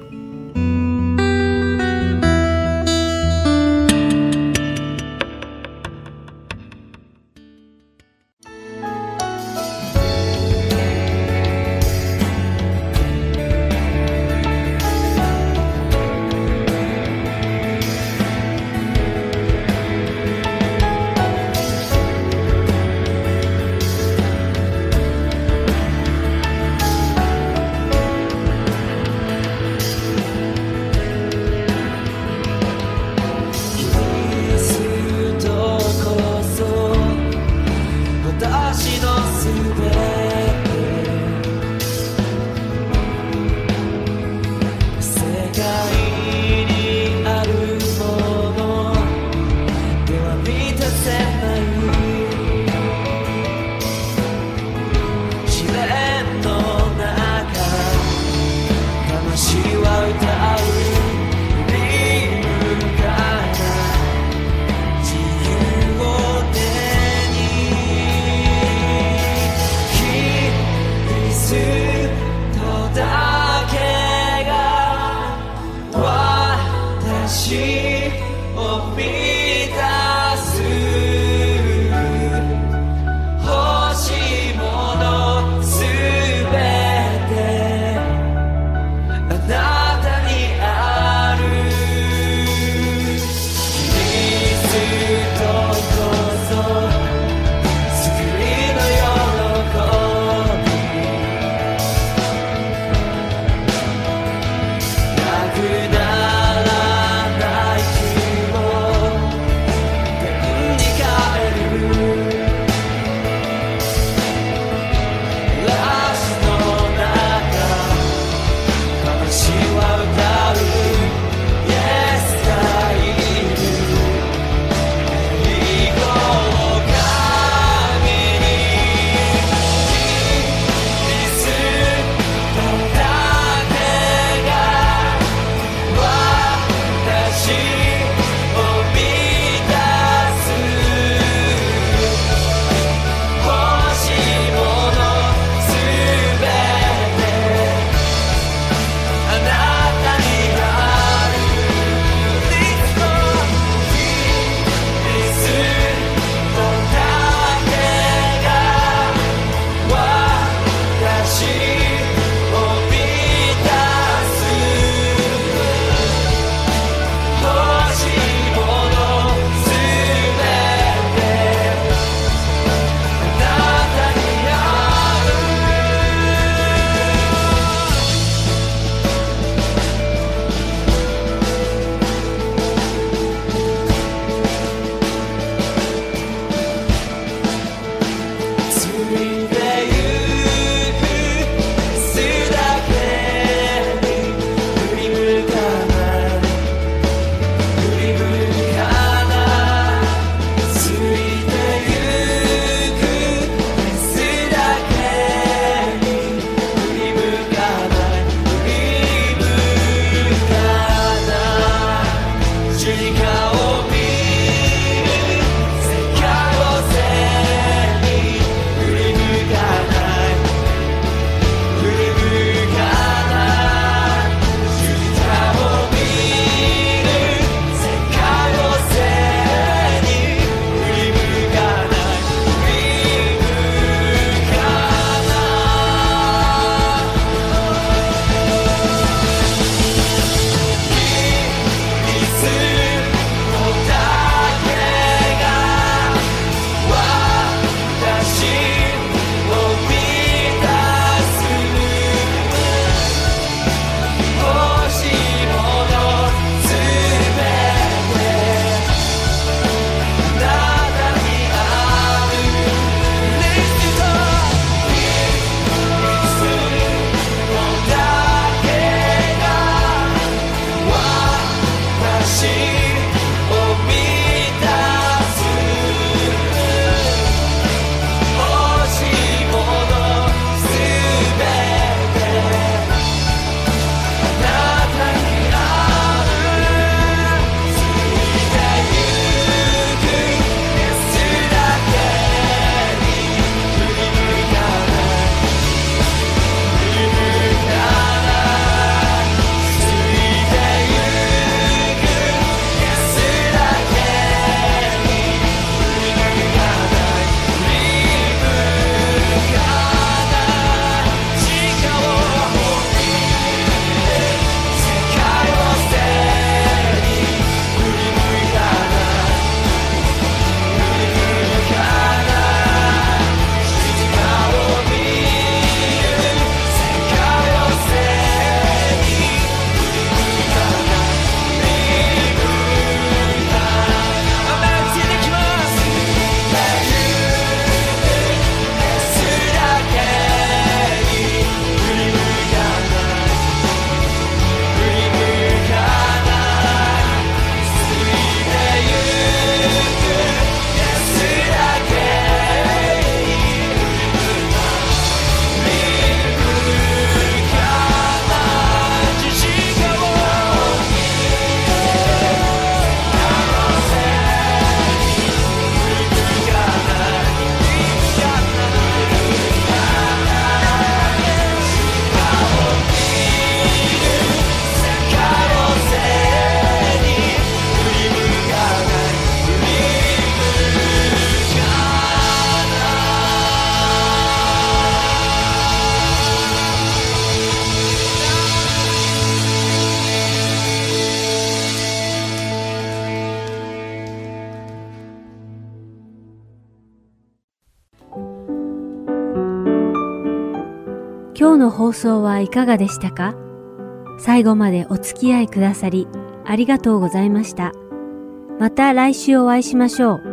今日の放送はいかがでしたか？最後までお付き合いくださりありがとうございました。また来週お会いしましょう。